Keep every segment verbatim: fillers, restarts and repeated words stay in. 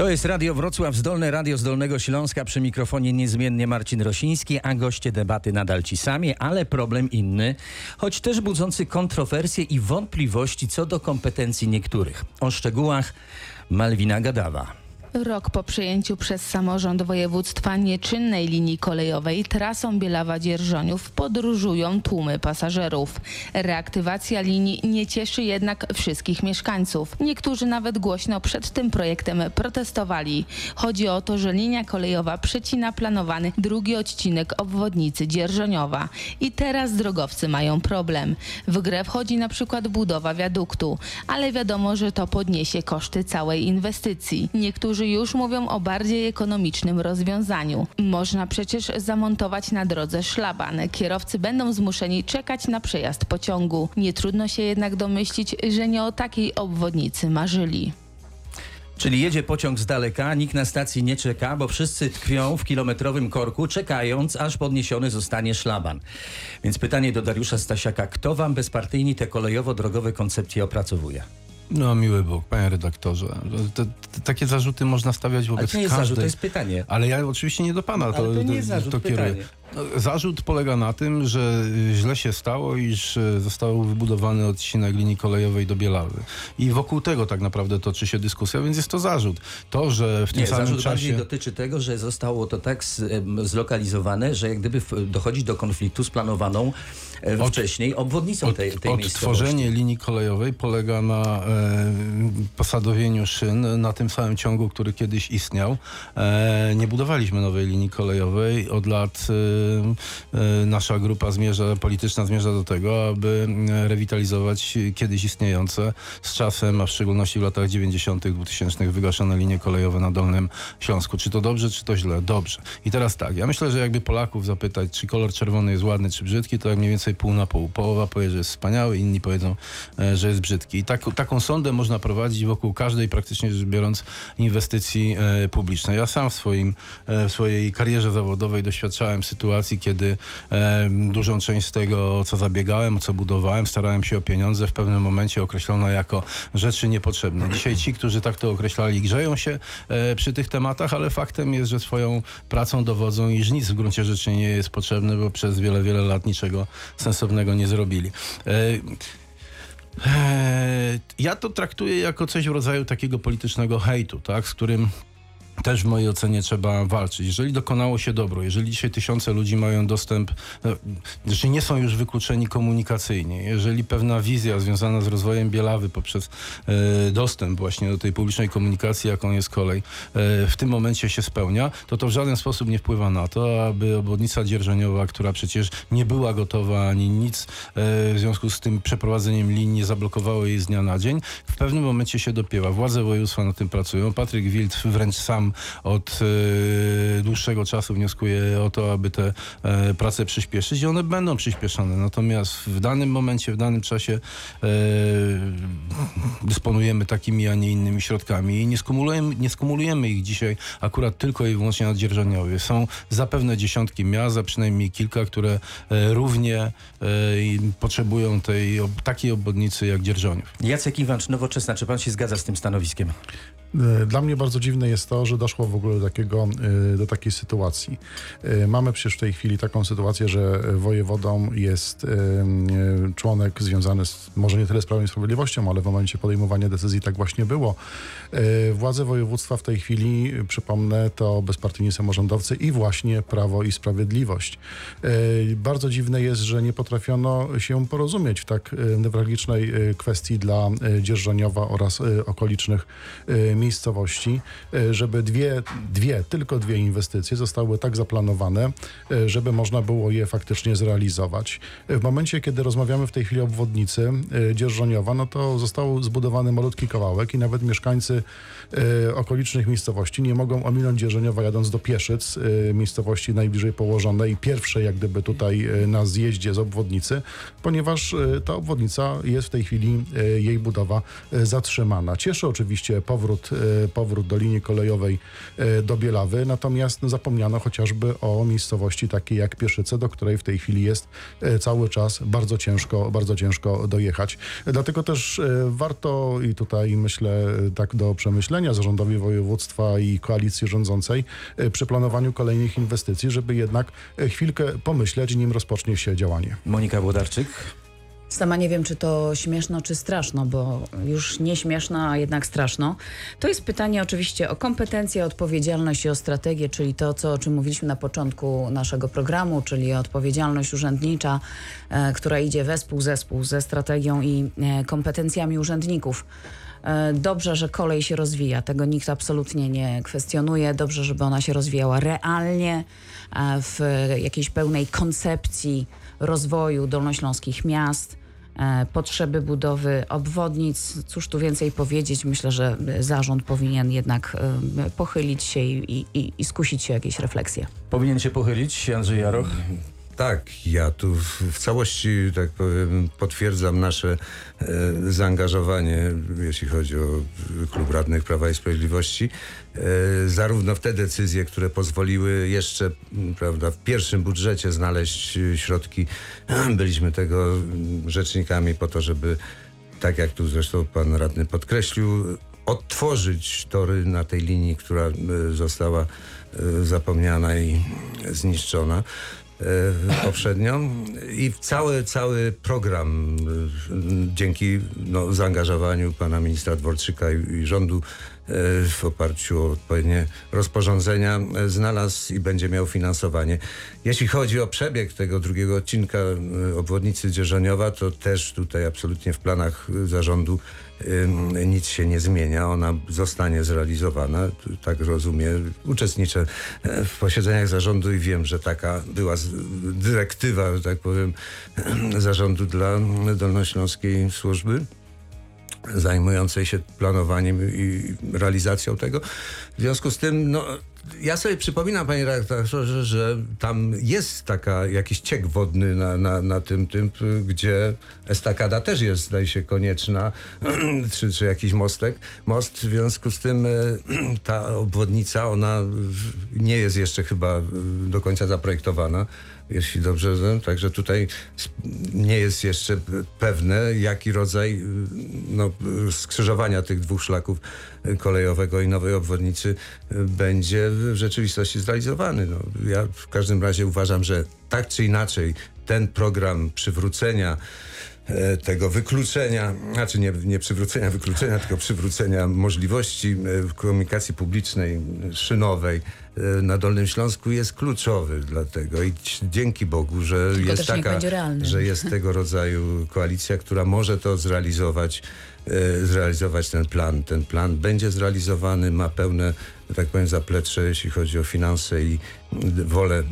To jest Radio Wrocław, zdolne radio z Dolnego Śląska, przy mikrofonie niezmiennie Marcin Rosiński, a goście debaty nadal ci sami, ale problem inny, choć też budzący kontrowersje i wątpliwości co do kompetencji niektórych. O szczegółach Malwina Gadawa. Rok po przejęciu przez samorząd województwa nieczynnej linii kolejowej trasą Bielawa-Dzierżoniów podróżują tłumy pasażerów. Reaktywacja linii nie cieszy jednak wszystkich mieszkańców. Niektórzy nawet głośno przed tym projektem protestowali. Chodzi o to, że linia kolejowa przecina planowany drugi odcinek obwodnicy Dzierżoniowa. I teraz drogowcy mają problem. W grę wchodzi na przykład budowa wiaduktu, ale wiadomo, że to podniesie koszty całej inwestycji. Niektórzy już mówią o bardziej ekonomicznym rozwiązaniu. Można przecież zamontować na drodze szlaban. Kierowcy będą zmuszeni czekać na przejazd pociągu. Nie trudno się jednak domyślić, że nie o takiej obwodnicy marzyli. Czyli jedzie pociąg z daleka, nikt na stacji nie czeka, bo wszyscy tkwią w kilometrowym korku, czekając, aż podniesiony zostanie szlaban. Więc pytanie do Dariusza Stasiaka. Kto wam bezpartyjni te kolejowo-drogowe koncepcje opracowuje? No miły Bóg, panie redaktorze. To, to, takie zarzuty można stawiać wobec Ale to nie jest każdej... zarzut, to jest pytanie. Ale ja oczywiście nie do pana to, Ale to nie jest zarzut, to kieruję. pytanie. No, zarzut polega na tym, że źle się stało, iż został wybudowany odcinek linii kolejowej do Bielawy. I wokół tego tak naprawdę toczy się dyskusja, więc jest to zarzut. To, że w tym nie, samym zarzut czasie... bardziej dotyczy tego, że zostało to tak z, em, zlokalizowane, że jak gdyby w, dochodzi do konfliktu z planowaną e, Od, wcześniej obwodnicą tej, tej miejscowości. Odtworzenie linii kolejowej polega na e, posadowieniu szyn na tym samym ciągu, który kiedyś istniał. E, nie budowaliśmy nowej linii kolejowej. Od lat e, e, nasza grupa zmierza, polityczna zmierza do tego, aby rewitalizować kiedyś istniejące z czasem, a w szczególności w latach dziewięćdziesiątych, dwutysięcznych wygaszone linie kolejowe na Dolnym Śląsku. Czy to dobrze, czy to źle? Dobrze. I teraz tak, ja myślę, że jakby Polaków zapytać, czy kolor czerwony jest ładny, czy brzydki, to jak mniej więcej pół na pół. Połowa powie, że jest wspaniały, inni powiedzą, że jest brzydki. I tak, taką sondę można prowadzić wokół każdej, praktycznie rzecz biorąc, inwestycji e, publicznej. Ja sam w, swoim, e, w swojej karierze zawodowej doświadczałem sytuacji, kiedy e, dużą część z tego, o co zabiegałem, o co budowałem, starałem się o pieniądze, w pewnym momencie określono jako rzeczy niepotrzebne. Dzisiaj ci, którzy tak to określali, grzeją się e, przy tych tematach, ale faktem jest, że swoją pracą dowodzą, iż nic w gruncie rzeczy nie jest potrzebne, bo przez wiele, wiele lat niczego sensownego nie zrobili. E, Ja to traktuję jako coś w rodzaju takiego politycznego hejtu, tak, z którym też w mojej ocenie trzeba walczyć. Jeżeli dokonało się dobro, jeżeli dzisiaj tysiące ludzi mają dostęp, że nie są już wykluczeni komunikacyjnie, jeżeli pewna wizja związana z rozwojem Bielawy poprzez e, dostęp właśnie do tej publicznej komunikacji, jaką jest kolej, e, w tym momencie się spełnia, to to w żaden sposób nie wpływa na to, aby obwodnica Dzierżoniowa, która przecież nie była gotowa ani nic, e, w związku z tym przeprowadzeniem linii nie zablokowało jej z dnia na dzień, w pewnym momencie się dopięła. Władze województwa nad tym pracują. Patryk Wild wręcz sam od e, dłuższego czasu wnioskuje o to, aby te e, prace przyspieszyć i one będą przyspieszone. Natomiast w danym momencie, w danym czasie e, dysponujemy takimi, a nie innymi środkami i nie skumulujemy, nie skumulujemy ich dzisiaj akurat tylko i wyłącznie na Dzierżoniowie. Są zapewne dziesiątki miast, a przynajmniej kilka, które e, równie e, potrzebują tej, ob, takiej obwodnicy jak Dzierżoniów. Jacek Iwancz, Nowoczesna. Czy pan się zgadza z tym stanowiskiem? Dla mnie bardzo dziwne jest to, że doszło w ogóle do, takiego, do takiej sytuacji. Mamy przecież w tej chwili taką sytuację, że wojewodą jest członek związany z, może nie tyle z Prawem i Sprawiedliwością, ale w momencie podejmowania decyzji tak właśnie było. Władze województwa w tej chwili, przypomnę, to bezpartyjni samorządowcy i właśnie Prawo i Sprawiedliwość. Bardzo dziwne jest, że nie potrafiono się porozumieć w tak newralgicznej kwestii dla Dzierżoniowa oraz okolicznych miejscowości, żeby dwie, dwie, tylko dwie inwestycje zostały tak zaplanowane, żeby można było je faktycznie zrealizować. W momencie, kiedy rozmawiamy w tej chwili o obwodnicy Dzierżoniowa, no to został zbudowany malutki kawałek i nawet mieszkańcy okolicznych miejscowości nie mogą ominąć Dzierżoniowa jadąc do Pieszyc, miejscowości najbliżej położonej, pierwszej jak gdyby tutaj na zjeździe z obwodnicy, ponieważ ta obwodnica jest w tej chwili, jej budowa zatrzymana. Cieszy oczywiście powrót e, powrót do linii kolejowej e, do Bielawy, natomiast no, zapomniano chociażby o miejscowości takiej jak Pieszyce, do której w tej chwili jest e, cały czas bardzo ciężko, bardzo ciężko dojechać. Dlatego też e, warto i tutaj myślę tak do przemyślenia zarządowi województwa i koalicji rządzącej e, przy planowaniu kolejnych inwestycji, żeby jednak e, chwilkę pomyśleć, nim rozpocznie się działanie. Monika Włodarczyk. Sama nie wiem, czy to śmieszno, czy straszno, bo już nie śmieszno, a jednak straszno. To jest pytanie oczywiście o kompetencje, odpowiedzialność i o strategię, czyli to, co, o czym mówiliśmy na początku naszego programu, czyli odpowiedzialność urzędnicza, e, która idzie wespół zespół ze strategią i e, kompetencjami urzędników. E, Dobrze, że kolej się rozwija, tego nikt absolutnie nie kwestionuje. Dobrze, żeby ona się rozwijała realnie, e, w jakiejś pełnej koncepcji rozwoju dolnośląskich miast, e, potrzeby budowy obwodnic. Cóż tu więcej powiedzieć? Myślę, że zarząd powinien jednak e, pochylić się i, i, i skusić się jakieś refleksje. Powinien się pochylić Andrzej Jaroch. Tak, ja tu w, w całości, tak powiem, potwierdzam nasze e, zaangażowanie, jeśli chodzi o Klub Radnych Prawa i Sprawiedliwości, e, zarówno w te decyzje, które pozwoliły jeszcze, prawda, w pierwszym budżecie znaleźć środki. Byliśmy tego rzecznikami po to, żeby, tak jak tu zresztą pan radny podkreślił, odtworzyć tory na tej linii, która e, została e, zapomniana i zniszczona poprzednio i cały, cały program dzięki no, zaangażowaniu pana ministra Dworczyka i, i rządu w oparciu o odpowiednie rozporządzenia znalazł i będzie miał finansowanie. Jeśli chodzi o przebieg tego drugiego odcinka obwodnicy Dzierżoniowa, to też tutaj absolutnie w planach zarządu nic się nie zmienia. Ona zostanie zrealizowana. Tak rozumiem. Uczestniczę w posiedzeniach zarządu i wiem, że taka była dyrektywa, że tak powiem, zarządu dla Dolnośląskiej Służby zajmującej się planowaniem i realizacją tego. W związku z tym, no, ja sobie przypominam, panie redaktorze, że tam jest taka, jakiś ciek wodny na, na, na tym, tym, gdzie estakada też jest, zdaje się, konieczna, czy, czy jakiś mostek, most. W związku z tym ta obwodnica, ona nie jest jeszcze chyba do końca zaprojektowana, jeśli dobrze wiem. Także tutaj nie jest jeszcze pewne, jaki rodzaj no, skrzyżowania tych dwóch szlaków kolejowego i nowej obwodnicy będzie w rzeczywistości zrealizowany. No, ja w każdym razie uważam, że tak czy inaczej ten program przywrócenia tego wykluczenia, znaczy nie, nie przywrócenia wykluczenia, tylko przywrócenia możliwości komunikacji publicznej, szynowej na Dolnym Śląsku jest kluczowy dlatego i dzięki Bogu, że Tylko jest taka, że jest tego rodzaju koalicja, która może to zrealizować, zrealizować ten plan. Ten plan będzie zrealizowany, ma pełne, tak powiem, zaplecze, jeśli chodzi o finanse i wolę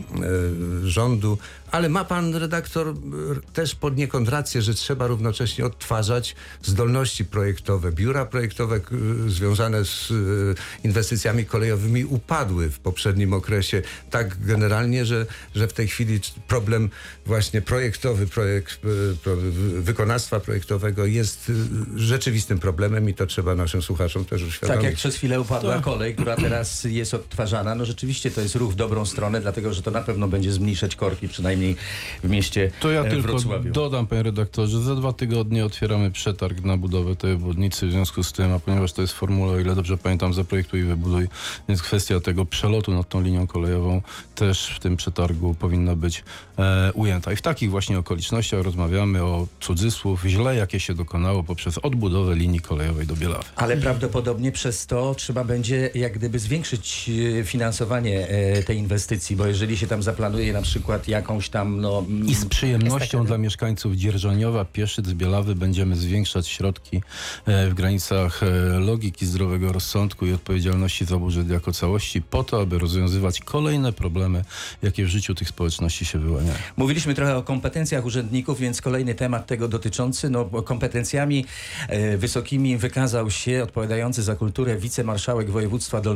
rządu, ale ma pan redaktor też poniekąd rację, że trzeba równocześnie odtwarzać zdolności projektowe. Biura projektowe związane z inwestycjami kolejowymi upadły w poprzednim okresie tak generalnie, że, że w tej chwili problem właśnie projektowy, projekt wykonawstwa projektowego jest rzeczywistym problemem i to trzeba naszym słuchaczom też uświadomić. Tak jak przez chwilę upadła Tak. kolej, która teraz jest odtwarzana, no rzeczywiście to jest ruch w dobrą stronę, dlatego że to na pewno będzie zmniejszać korki, przynajmniej w mieście To ja e, tylko Wrocławiu. dodam, panie redaktorze, za dwa tygodnie otwieramy przetarg na budowę tej obwodnicy, w związku z tym, a ponieważ to jest formuła, o ile dobrze pamiętam, zaprojektuj i wybuduj, więc kwestia tego przelotu nad tą linią kolejową też w tym przetargu powinna być e, ujęta. I w takich właśnie okolicznościach rozmawiamy o cudzysłów źle, jakie się dokonało poprzez odbudowę linii kolejowej do Bielawy. Ale prawdopodobnie przez to trzeba będzie jak gdyby zwiększyć e, finansowanie e, tej inwestycji, bo jeżeli się tam zaplanuje na przykład jakąś tam no, I z przyjemnością taka- dla mieszkańców Dzierżoniowa, Pieszyc, Bielawy będziemy zwiększać środki e, w granicach e, logiki, zdrowego rozsądku i odpowiedzialności za budżet jako całości po to, aby rozwiązywać kolejne problemy, jakie w życiu tych społeczności się wyłaniają. Mówiliśmy trochę o kompetencjach urzędników, więc kolejny temat tego dotyczący. No, kompetencjami e, wysokimi wykazał się odpowiadający za kulturę wicemarszałek województwa dolnośląskiego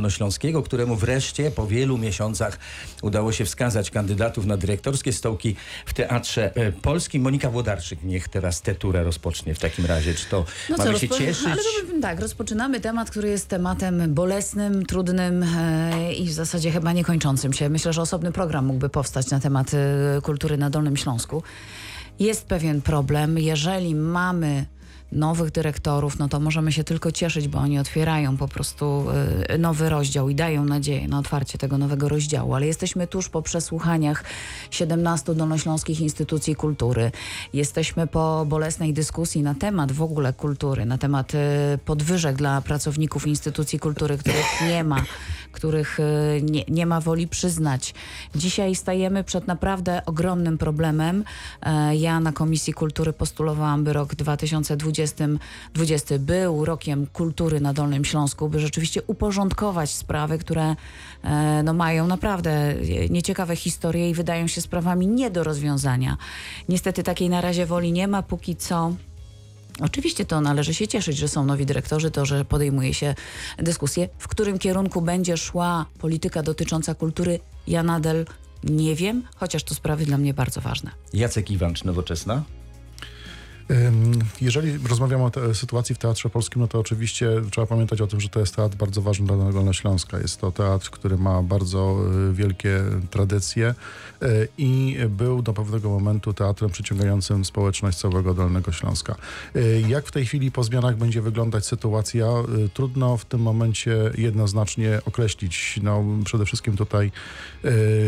Dolnośląskiego, któremu wreszcie po wielu miesiącach udało się wskazać kandydatów na dyrektorskie stołki w Teatrze e, Polskim. Monika Włodarczyk niech teraz tę turę rozpocznie w takim razie. Czy to No mamy co, się rozpo- cieszyć? Ale to, tak, rozpoczynamy temat, który jest tematem bolesnym, trudnym e, i w zasadzie chyba niekończącym się. Myślę, że osobny program mógłby powstać na temat e, kultury na Dolnym Śląsku. Jest pewien problem. Jeżeli mamy nowych dyrektorów, no to możemy się tylko cieszyć, bo oni otwierają po prostu y, nowy rozdział i dają nadzieję na otwarcie tego nowego rozdziału. Ale jesteśmy tuż po przesłuchaniach siedemnastu dolnośląskich instytucji kultury. Jesteśmy po bolesnej dyskusji na temat w ogóle kultury, na temat y, podwyżek dla pracowników instytucji kultury, których nie ma, których y, nie, nie ma woli przyznać. Dzisiaj stajemy przed naprawdę ogromnym problemem. E, ja na Komisji Kultury postulowałam, by rok dwa tysiące dwudziesty był rokiem kultury na Dolnym Śląsku, by rzeczywiście uporządkować sprawy, które e, no, mają naprawdę nieciekawe historie i wydają się sprawami nie do rozwiązania. Niestety takiej na razie woli nie ma, póki co. Oczywiście to należy się cieszyć, że są nowi dyrektorzy, to, że podejmuje się dyskusję. W którym kierunku będzie szła polityka dotycząca kultury, ja nadal nie wiem, chociaż to sprawy dla mnie bardzo ważne. Jacek Iwancz, Nowoczesna. Jeżeli rozmawiamy o te, sytuacji w Teatrze Polskim, no to oczywiście trzeba pamiętać o tym, że to jest teatr bardzo ważny dla Dolnego Śląska. Jest to teatr, który ma bardzo y, wielkie tradycje y, i był do pewnego momentu teatrem przyciągającym społeczność całego Dolnego Śląska. Y, jak w tej chwili po zmianach będzie wyglądać sytuacja? Y, trudno w tym momencie jednoznacznie określić. No, przede wszystkim tutaj y,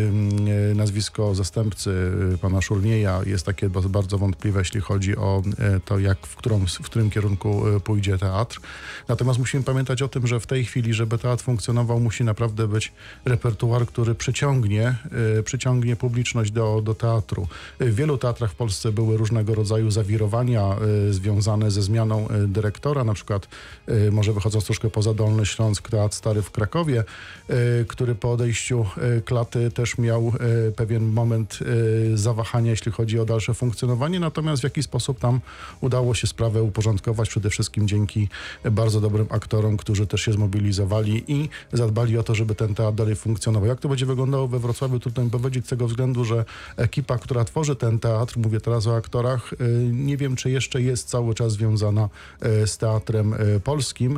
y, nazwisko zastępcy y, pana Szurnieja jest takie bardzo wątpliwe, jeśli chodzi o to, jak, w, którą, w którym kierunku pójdzie teatr. Natomiast musimy pamiętać o tym, że w tej chwili, żeby teatr funkcjonował, musi naprawdę być repertuar, który przyciągnie, y, przyciągnie publiczność do, do teatru. W wielu teatrach w Polsce były różnego rodzaju zawirowania y, związane ze zmianą y, dyrektora, na przykład y, może wychodząc troszkę poza Dolny Śląsk, Teatr Stary w Krakowie, y, który po odejściu y, klaty też miał y, pewien moment y, zawahania, jeśli chodzi o dalsze funkcjonowanie, natomiast w jaki sposób tam udało się sprawę uporządkować, przede wszystkim dzięki bardzo dobrym aktorom, którzy też się zmobilizowali i zadbali o to, żeby ten teatr dalej funkcjonował. Jak to będzie wyglądało we Wrocławiu, trudno mi powiedzieć z tego względu, że ekipa, która tworzy ten teatr, mówię teraz o aktorach, nie wiem, czy jeszcze jest cały czas związana z Teatrem Polskim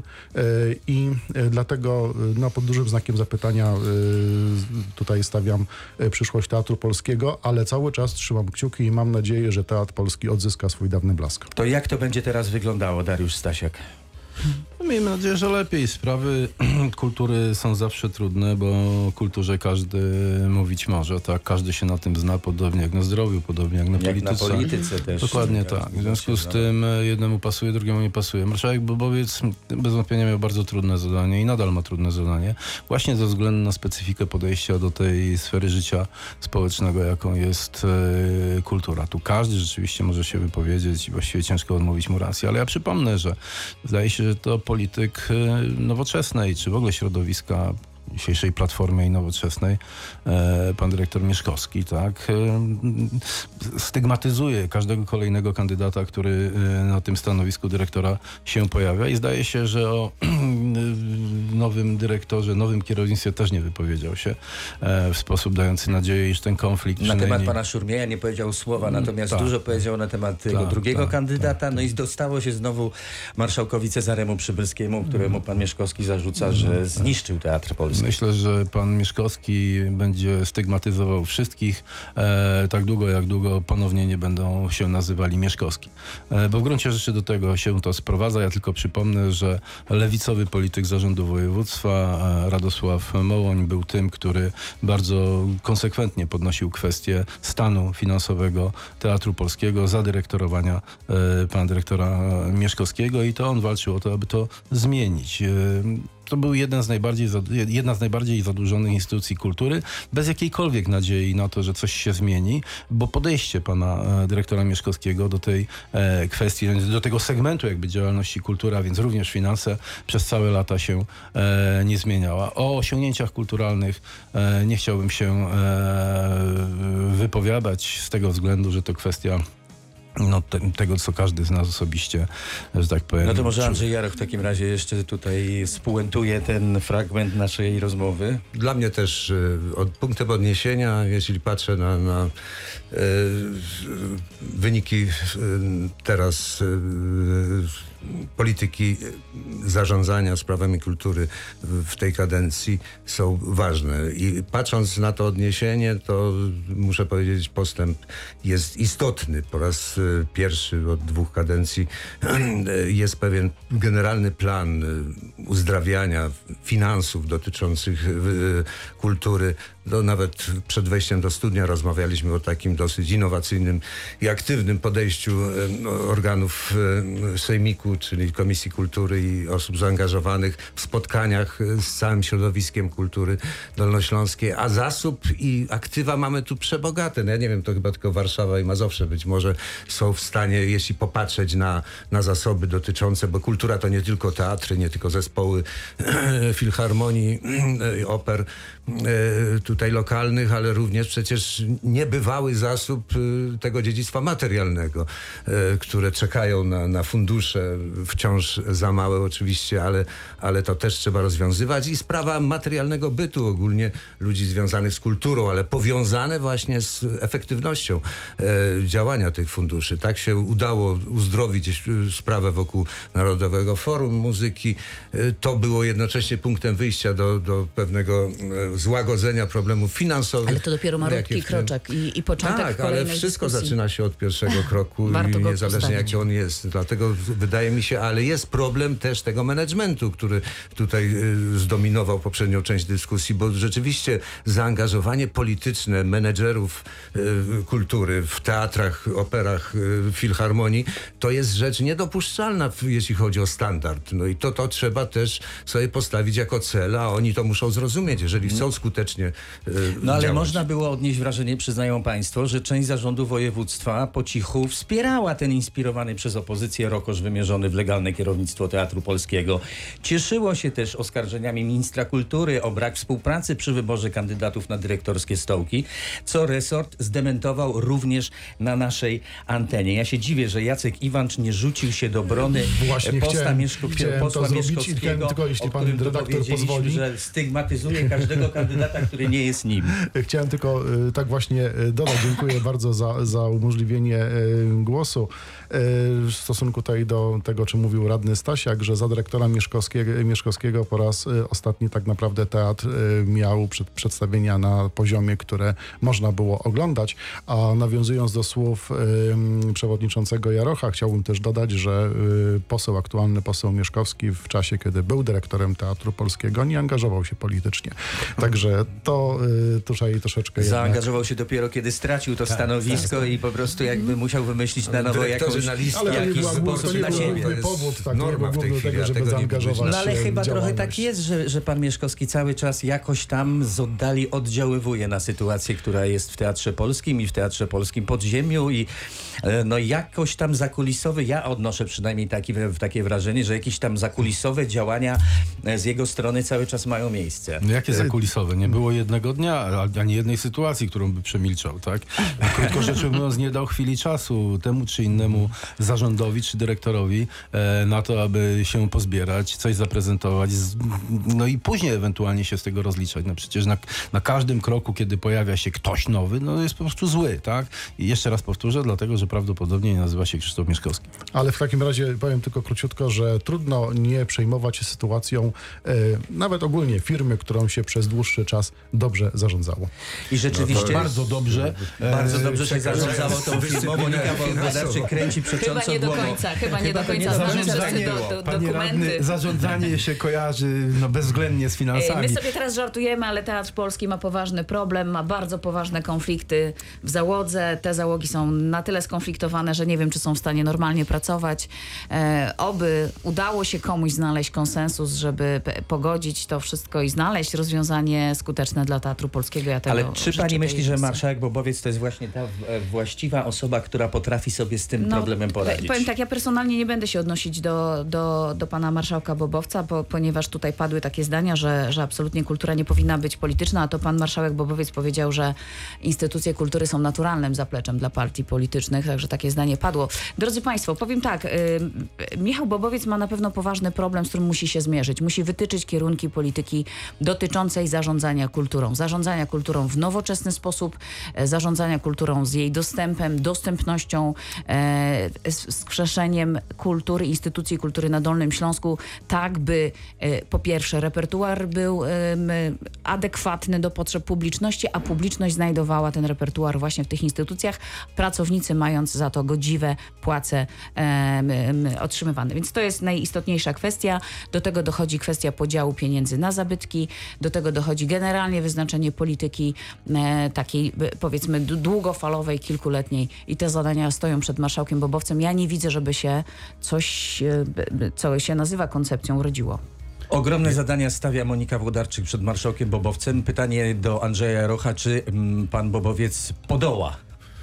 i dlatego no, pod dużym znakiem zapytania tutaj stawiam przyszłość Teatru Polskiego, ale cały czas trzymam kciuki i mam nadzieję, że Teatr Polski odzyska swój dawny blask. To jak to będzie teraz wyglądało, Dariusz Stasiak? No, miejmy nadzieję, że lepiej. Sprawy kultury są zawsze trudne, bo o kulturze każdy mówić może, tak? Każdy się na tym zna, podobnie jak na zdrowiu, podobnie jak na Jak polityce. na polityce też. Dokładnie tak. W związku z tym jednemu pasuje, drugiemu nie pasuje. Marszałek Bobowiec bez wątpienia miał bardzo trudne zadanie i nadal ma trudne zadanie, właśnie ze względu na specyfikę podejścia do tej sfery życia społecznego, jaką jest e, kultura. Tu każdy rzeczywiście może się wypowiedzieć i właściwie ciężko odmówić mu racji, ale ja przypomnę, że zdaje się, że to polityk Nowoczesnej, czy w ogóle środowiska dzisiejszej Platformy i Nowoczesnej, pan dyrektor Mieszkowski, tak, stygmatyzuje każdego kolejnego kandydata, który na tym stanowisku dyrektora się pojawia i zdaje się, że o nowym dyrektorze, nowym kierownictwie też nie wypowiedział się w sposób dający nadzieję, iż ten konflikt Na temat pana Szurmieja nie powiedział słowa, natomiast tak. dużo powiedział na temat tego Tak, drugiego tak, kandydata, tak, no i dostało się znowu marszałkowi Cezaremu Przybylskiemu, któremu pan Mieszkowski zarzuca, że zniszczył Teatr Polski. Myślę, że pan Mieszkowski będzie stygmatyzował wszystkich e, tak długo, jak długo ponownie nie będą się nazywali Mieszkowski. E, bo w gruncie rzeczy do tego się to sprowadza. Ja tylko przypomnę, że lewicowy polityk zarządu województwa e, Radosław Mołoń był tym, który bardzo konsekwentnie podnosił kwestię stanu finansowego Teatru Polskiego, zadyrektorowania e, pana dyrektora Mieszkowskiego i to on walczył o to, aby to zmienić. E, To był jeden z najbardziej, jedna z najbardziej zadłużonych instytucji kultury, bez jakiejkolwiek nadziei na to, że coś się zmieni, bo podejście pana dyrektora Mieszkowskiego do tej e, kwestii, do tego segmentu jakby działalności kultura, więc również finanse, przez całe lata się e, nie zmieniała. O osiągnięciach kulturalnych e, nie chciałbym się e, wypowiadać z tego względu, że to kwestia no, te, tego, co każdy z nas osobiście, że tak powiem. No to może czu- Andrzej Jaroch w takim razie jeszcze tutaj spuentuje ten fragment naszej rozmowy. Dla mnie też y, od punktem odniesienia, jeśli patrzę na, na y, wyniki y, teraz y, polityki zarządzania sprawami kultury w tej kadencji są ważne. I patrząc na to odniesienie, to muszę powiedzieć, postęp jest istotny. Po raz y, pierwszy od dwóch kadencji y, jest pewien generalny plan y, uzdrawiania finansów dotyczących y, kultury. No, nawet przed wejściem do studnia rozmawialiśmy o takim dosyć innowacyjnym i aktywnym podejściu y, organów y, Sejmiku, czyli Komisji Kultury i osób zaangażowanych w spotkaniach z całym środowiskiem kultury dolnośląskiej, a zasób i aktywa mamy tu przebogate. No ja nie wiem, to chyba tylko Warszawa i Mazowsze być może są w stanie, jeśli popatrzeć na, na zasoby dotyczące, bo kultura to nie tylko teatry, nie tylko zespoły filharmonii, oper tutaj lokalnych, ale również przecież niebywały zasób tego dziedzictwa materialnego, które czekają na, na fundusze, wciąż za małe oczywiście, ale, ale to też trzeba rozwiązywać. I sprawa materialnego bytu ogólnie ludzi związanych z kulturą, ale powiązane właśnie z efektywnością e, działania tych funduszy. Tak się udało uzdrowić sprawę wokół Narodowego Forum Muzyki. E, to było jednocześnie punktem wyjścia do, do pewnego e, złagodzenia problemów finansowych. Ale to dopiero malutki jakie w tym- kroczek i, i początek Tak, ale kolejnej wszystko dyskusji. zaczyna się od pierwszego kroku Warto i go niezależnie postawić. jaki on jest. Dlatego wydaje mi się, ale jest problem też tego managementu, który tutaj y, zdominował poprzednią część dyskusji, bo rzeczywiście zaangażowanie polityczne menedżerów y, kultury w teatrach, operach, y, filharmonii, to jest rzecz niedopuszczalna, w- jeśli chodzi o standard. No i to, to trzeba też sobie postawić jako cel, a oni to muszą zrozumieć, jeżeli chcą skutecznie y, No ale działać. można było odnieść wrażenie, przyznają państwo, że część zarządu województwa po cichu wspierała ten inspirowany przez opozycję rokosz wymierzony w legalne kierownictwo Teatru Polskiego. Cieszyło się też oskarżeniami ministra kultury o brak współpracy przy wyborze kandydatów na dyrektorskie stołki, co resort zdementował również na naszej antenie. Ja się dziwię, że Jacek Iwancz nie rzucił się do brony Właśnie posta, chciałem- Mieszko, chciałem posła to zrobić i Mieszkowskiego, chciałem tylko, jeśli o pan którym tu redaktor powiedzieliśmy, pozwoli. że stygmatyzuje każdego kandydata, który nie jest nim. Chciałem tylko y, tak właśnie y, dodać, dziękuję bardzo za, za umożliwienie y, głosu y, w stosunku tutaj do tego, czym mówił radny Stasiak, że za dyrektora Mieszkowskiego, Mieszkowskiego po raz y, ostatni tak naprawdę teatr y, miał przed, przedstawienia na poziomie, które można było oglądać, a nawiązując do słów y, przewodniczącego Jarocha, chciałbym też dodać, że y, poseł, aktualny poseł Mieszkowski w czasie, kiedy był dyrektorem Teatru Polskiego, nie angażował się politycznie. Także to y, tutaj troszeczkę jednak... Zaangażował się dopiero, kiedy stracił to stanowisko i po prostu jakby musiał wymyślić na nowo Dyrektorzy jakąś, na listę, Ale to nie jakiś była główna- to sposób nie na był siebie. główny To powód, jest tak, to nie był norma w tej główny chwili, tego, a żeby tego nie zaangażować powinno No ale się chyba w trochę tak działalność. jest, że, że pan Mieszkowski cały czas jakoś tam z oddali oddziaływuje na sytuację, która jest w Teatrze Polskim i w Teatrze Polskim Podziemiu i e, no jakoś tam zakulisowy, ja odnoszę przynajmniej taki, takie wrażenie, że jakieś tam zakulisowe działania e, z jego strony cały czas mają miejsce. No jakie zakulisowe? Nie było jednego dnia, ani jednej sytuacji, którą by przemilczał, tak? Krótko rzecz mówiąc, nie dał chwili czasu temu czy innemu zarządowi czy dyrektorowi e, na to, aby się pozbierać, coś zaprezentować, z, no i później ewentualnie się z tego rozliczać. No przecież na, na każdym kroku, kiedy pojawia się ktoś nowy, no jest po prostu zły, tak? I jeszcze raz powtórzę, dlatego, że prawdopodobnie nie nazywa się Krzysztof Mieszkowski. Ale w takim razie powiem tylko króciutko, że trudno nie przejmować się sytuacją e, nawet ogólnie firmy, którą się przez dłuższy czas dobrze zarządzało. I rzeczywiście Bardzo dobrze. bardzo e, dobrze się zarządzało tą firmą. Monika Wolnodarczyk kręci Chyba przecząco nie do głową. końca, chyba nie do to nie końca. do końca Zarządzanie było. do, do, Panie radny, dokumenty. zarządzanie się kojarzy no, bezwzględnie z Ej, finansami. My sobie teraz żartujemy, ale Teatr Polski ma poważny problem, ma bardzo poważne konflikty w załodze. Te załogi są na tyle skonfliktowane, że nie wiem, czy są w stanie normalnie pracować. E, oby udało się komuś znaleźć konsensus, żeby p- pogodzić to wszystko i znaleźć rozwiązanie skuteczne dla Teatru Polskiego. Ja tego Ale czy życzę pani tej myśli, że jednostce. marszałek Bobowiec to jest właśnie ta w- właściwa osoba, która potrafi sobie z tym No, problemem poradzić? Powiem tak, ja personalnie nie będę będę się odnosić do, do, do pana marszałka Bobowca, bo, ponieważ tutaj padły takie zdania, że, że absolutnie kultura nie powinna być polityczna, a to pan marszałek Bobowiec powiedział, że instytucje kultury są naturalnym zapleczem dla partii politycznych, także takie zdanie padło. Drodzy państwo, powiem tak, y, Michał Bobowiec ma na pewno poważny problem, z którym musi się zmierzyć. Musi wytyczyć kierunki polityki dotyczącej zarządzania kulturą. Zarządzania kulturą w nowoczesny sposób, e, zarządzania kulturą z jej dostępem, dostępnością, e, skrzeszeniem kultury, instytucji kultury na Dolnym Śląsku, tak by e, po pierwsze repertuar był e, adekwatny do potrzeb publiczności, a publiczność znajdowała ten repertuar właśnie w tych instytucjach, pracownicy mając za to godziwe płace e, m, otrzymywane. Więc to jest najistotniejsza kwestia. Do tego dochodzi kwestia podziału pieniędzy na zabytki, do tego dochodzi generalnie wyznaczenie polityki e, takiej powiedzmy długofalowej, kilkuletniej i te zadania stoją przed marszałkiem Bobowcem. Ja nie widzę, żeby się coś, e, co się nazywa koncepcją, rodziło. Ogromne zadania stawia Monika Włodarczyk przed marszałkiem Bobowcem. Pytanie do Andrzeja Jarocha, czy mm, pan Bobowiec podoła?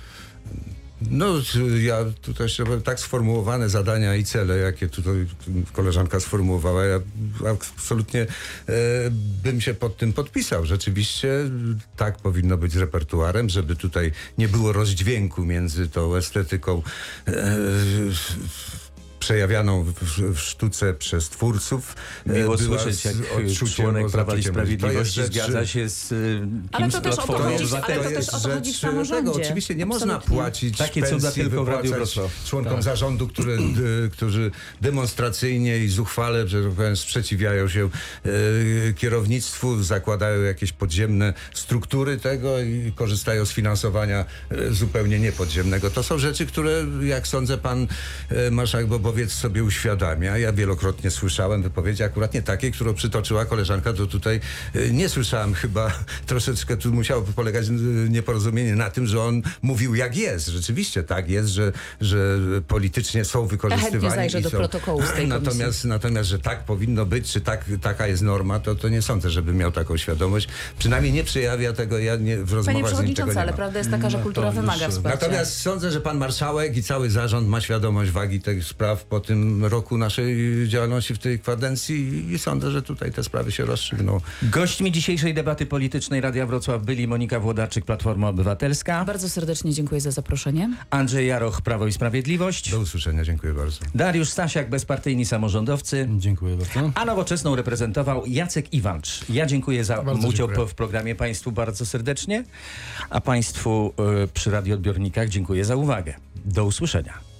No, ja tutaj jeszcze powiem, tak sformułowane zadania i cele, jakie tutaj koleżanka sformułowała, ja absolutnie e, bym się pod tym podpisał. Rzeczywiście tak powinno być z repertuarem, żeby tutaj nie było rozdźwięku między tą estetyką e, przejawianą w, w sztuce przez twórców. Miło była słyszeć, jak odczuciem, członek Prawa i odczuciem. Sprawiedliwości To jest rzecz, zgadza się z y, Ale kimś to z też o to Platformy chodzi, Obywatelskiej. ale to też o to chodzi w samorządzie. Tego, oczywiście nie można Absolutnie. płacić Takie cuda pensji, tylko w Radiu wypłacać Wrocław. członkom zarządu, które, d, którzy demonstracyjnie i zuchwale, że tak powiem, sprzeciwiają się e, kierownictwu, zakładają jakieś podziemne struktury tego i korzystają z finansowania e, zupełnie niepodziemnego. To są rzeczy, które, jak sądzę, pan e, marszałek Bobowiec sobie uświadamia. Ja wielokrotnie słyszałem wypowiedzi, akurat nie takiej, którą przytoczyła koleżanka, to tutaj e, nie słyszałem chyba. Troszeczkę tu musiało polegać e, nieporozumienie na tym, że on mówił jak jest. Rzeczywiście tak jest, że, że politycznie są wykorzystywani. Ja chętnie zajrzę i do są, protokołu z tej natomiast, komisji. natomiast, że tak powinno być, czy tak, taka jest norma, to, to nie sądzę, żeby miał taką świadomość. Przynajmniej nie przejawia tego, ja nie, w rozmowach Panie z nim tego przewodniczący, nie ale mam. prawda jest taka, że No kultura to wymaga już- wsparcia. Natomiast sądzę, że pan marszałek i cały zarząd ma świadomość wagi tych spraw po tym roku naszej działalności w tej kadencji i sądzę, że tutaj te sprawy się rozstrzygną. Gośćmi dzisiejszej debaty politycznej Radia Wrocław byli Monika Włodarczyk, Platforma Obywatelska, Bardzo serdecznie dziękuję za zaproszenie. Andrzej Jaroch, Prawo i Sprawiedliwość, Do usłyszenia, dziękuję bardzo. Dariusz Stasiak, bezpartyjni samorządowcy, Dziękuję bardzo. a Nowoczesną reprezentował Jacek Iwancz. Ja dziękuję za Bardzo udział dziękuję. w programie Państwu bardzo serdecznie, a Państwu y, przy radioodbiornikach dziękuję za uwagę. Do usłyszenia.